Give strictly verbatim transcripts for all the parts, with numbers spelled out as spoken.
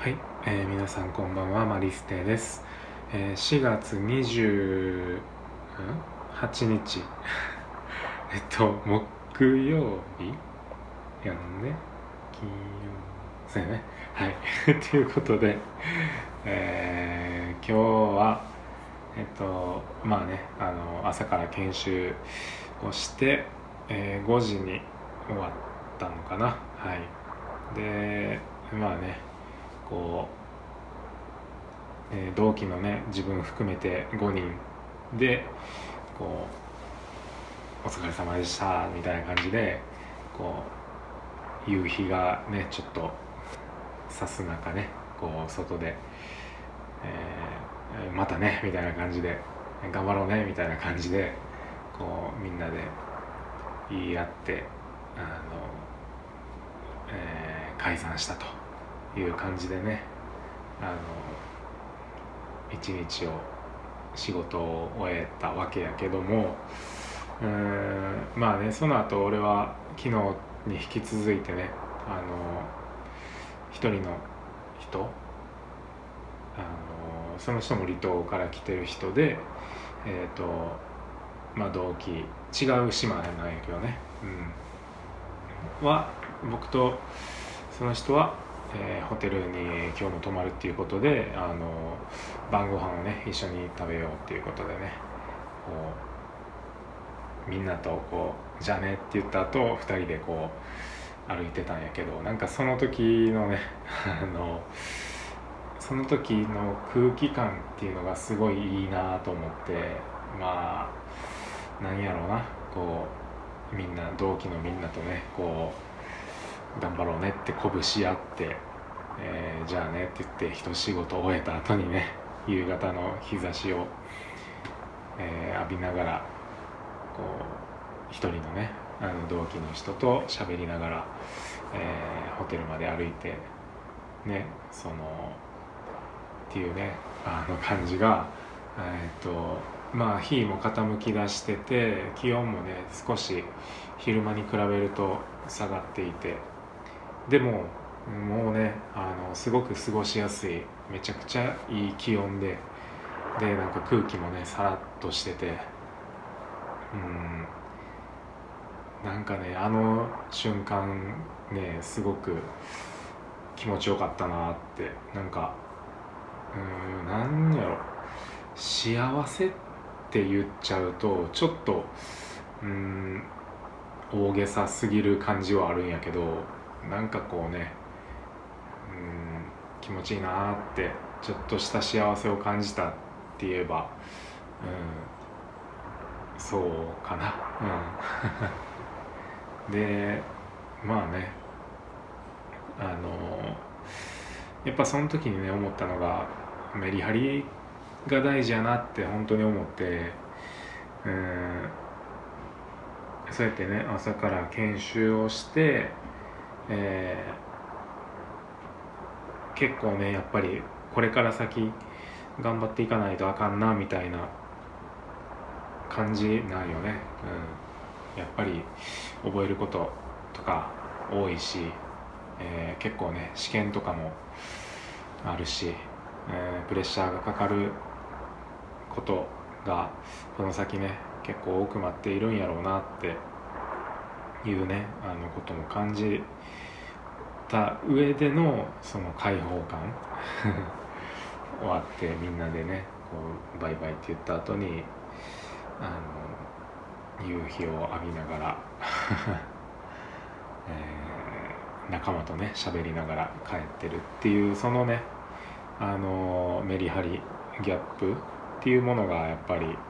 はい、えー、皆さんこんばんは、マリステです。えー、しがつにじゅうはちにちえっと木曜日やんね、金曜、そうやね、はいということで、えー、今日はえっとまあねあの朝から研修をして、えー、ごじに終わったのかな。はい。でまあねこう、えー同期のね自分含めてごにんでこうお疲れ様でしたみたいな感じでこう夕日がねちょっと差す中ねこう外で、えーまたねみたいな感じで頑張ろうねみたいな感じでこうみんなで言い合ってあの、えー解散したという感じでねあの一日を仕事を終えたわけやけども、うーんまあねその後俺は昨日に引き続いてねあの一人の人あのその人も離島から来てる人でえっ、ー、とまあ同期違う島なんやけどね、うん、は僕とその人は、えーホテルに今日も泊まるっていうことであの晩ご飯をね一緒に食べようっていうことでねこうみんなとこうじゃあねって言った後ふたりでこう歩いてたんやけど、なんかその時のねあのその時の空気感っていうのがすごいいいなと思って、まあなんやろうなこうみんな同期のみんなとねこう頑張ろうねって鼓舞し合って、えーじゃあねって言って一仕事終えた後にね夕方の日差しを、えー浴びながらこう一人のねあの同期の人と喋りながら、えーホテルまで歩いてねそのっていうねあの感じがえーっとまあ日も傾き出してて気温もね少し昼間に比べると下がっていて、でももうねあのすごく過ごしやすいめちゃくちゃいい気温ででなんか空気もねさらっとしてて、うんなんかねあの瞬間ねすごく気持ちよかったなって。なんかうーんなんやろ幸せって言っちゃうとちょっとうーん大げさすぎる感じはあるんやけど、なんかこうねうーん気持ちいいなってちょっとした幸せを感じたって言えばうんそうかな。うんでまあねあのやっぱその時にね思ったのがメリハリが大事やなって本当に思って、うんそうやってね朝から研修をして、えー結構ねやっぱりこれから先頑張っていかないとあかんなみたいな感じなんよね、うん、やっぱり覚えることとか多いし、えー結構ね試験とかもあるし、えープレッシャーがかかることがこの先ね結構多く待っているんやろうなっていうねあのことも感じた上でのその解放感終わってみんなでねこうバイバイって言った後にあの夕日を浴びながら、えー仲間とね喋りながら帰ってるっていうそのねあのメリハリギャップっていうものがやっぱりうん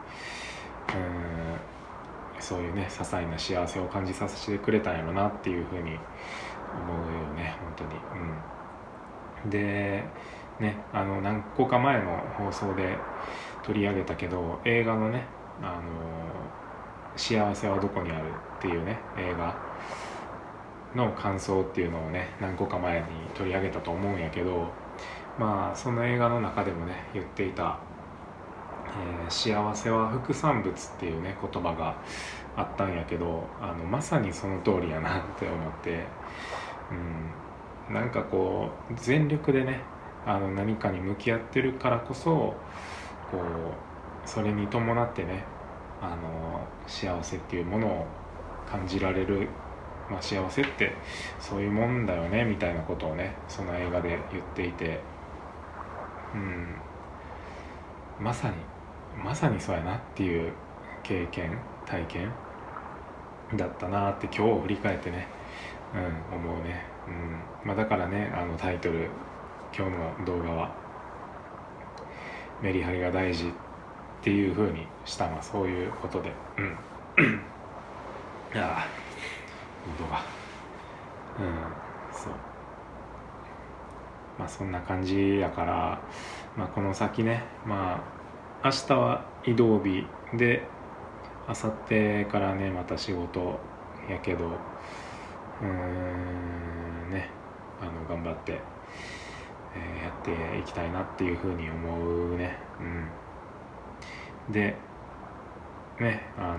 そういうね些細な幸せを感じさせてくれたんやろなっていうふうに思うよね本当に。うん、でねあの何個か前の放送で取り上げたけど映画のねあの幸せはどこにあるっていうね映画の感想っていうのをね何個か前に取り上げたと思うんやけど、まあその映画の中でもね言っていた、えー幸せは副産物っていうね言葉があったんやけど、あのまさにその通りやなって思って、うん、なんかこう全力でねあの何かに向き合ってるからこそこうそれに伴ってねあの幸せっていうものを感じられる、まあ、幸せってそういうもんだよねみたいなことをねその映画で言っていて、うん、まさにまさにそうやなっていう経験体験だったなって今日を振り返ってね、うん、思うね、うんまあ、だからねあのタイトル今日の動画はメリハリが大事っていう風にしたのはそういうことで、うんいや喉がうんそうまあそんな感じやから、まあ、この先ねまあ明日は移動日で明後日からねまた仕事やけどうーんねあの頑張って、えー、やっていきたいなっていうふうに思うね、うん、でねあの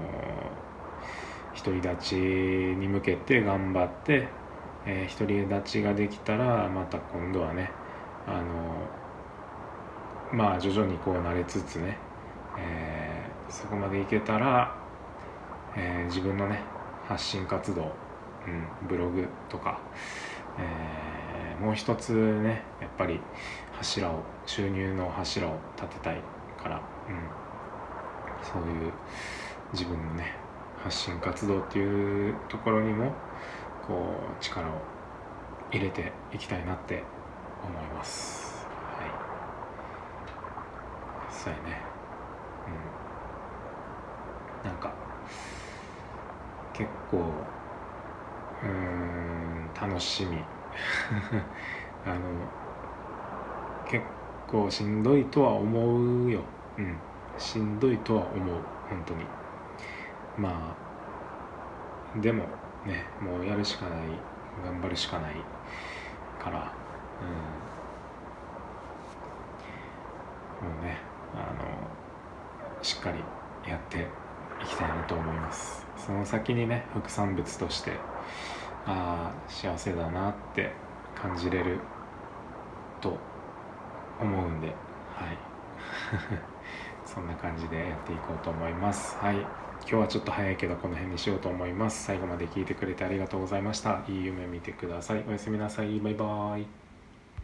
ー、独り立ちに向けて頑張って、えー、独り立ちができたらまた今度はねあのー、まあ徐々にこう慣れつつね、えー、そこまでいけたら、えー、自分のね発信活動、うん、ブログとか、えー、もう一つねやっぱり柱を収入の柱を立てたいから、うん、そういう自分のね発信活動っていうところにもこう力を入れていきたいなって思います。はいそうやね、うん、なんか結構うーん楽しみあの結構しんどいとは思うよ、うん、しんどいとは思う本当にまあでもねもうやるしかない頑張るしかないから、うん、もうねあのしっかりやっていきたいなと思います。その先にね副産物としてああ幸せだなって感じれると思うんで、はいそんな感じでやっていこうと思います。はい今日はちょっと早いけどこの辺にしようと思います。最後まで聞いてくれてありがとうございました。いい夢見てください。おやすみなさい。バイバーイ。